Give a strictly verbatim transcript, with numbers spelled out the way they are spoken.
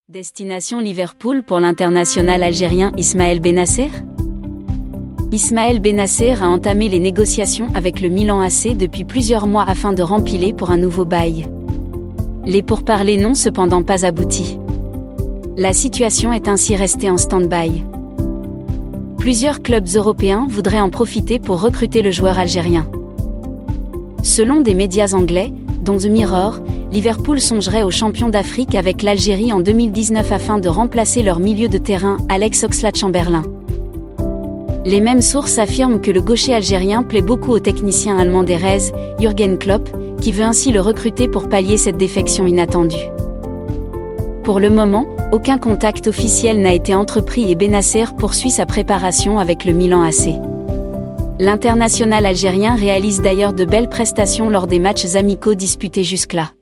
Destination Liverpool pour l'international algérien Ismaël Bennacer. Ismaël Bennacer a entamé les négociations avec le Milan A C depuis plusieurs mois afin de rempiler pour un nouveau bail. Les pourparlers n'ont cependant pas abouti. La situation est ainsi restée en stand-by. Plusieurs clubs européens voudraient en profiter pour recruter le joueur algérien. Selon des médias anglais, dont The Mirror, Liverpool songerait au champion d'Afrique avec l'Algérie en deux mille dix-neuf afin de remplacer leur milieu de terrain, Alex Oxlade-Chamberlain. Les mêmes sources affirment que le gaucher algérien plaît beaucoup au technicien allemand des Reds, Jürgen Klopp, qui veut ainsi le recruter pour pallier cette défection inattendue. Pour le moment, aucun contact officiel n'a été entrepris et Bennacer poursuit sa préparation avec le Milan A C. L'international algérien réalise d'ailleurs de belles prestations lors des matchs amicaux disputés jusque-là.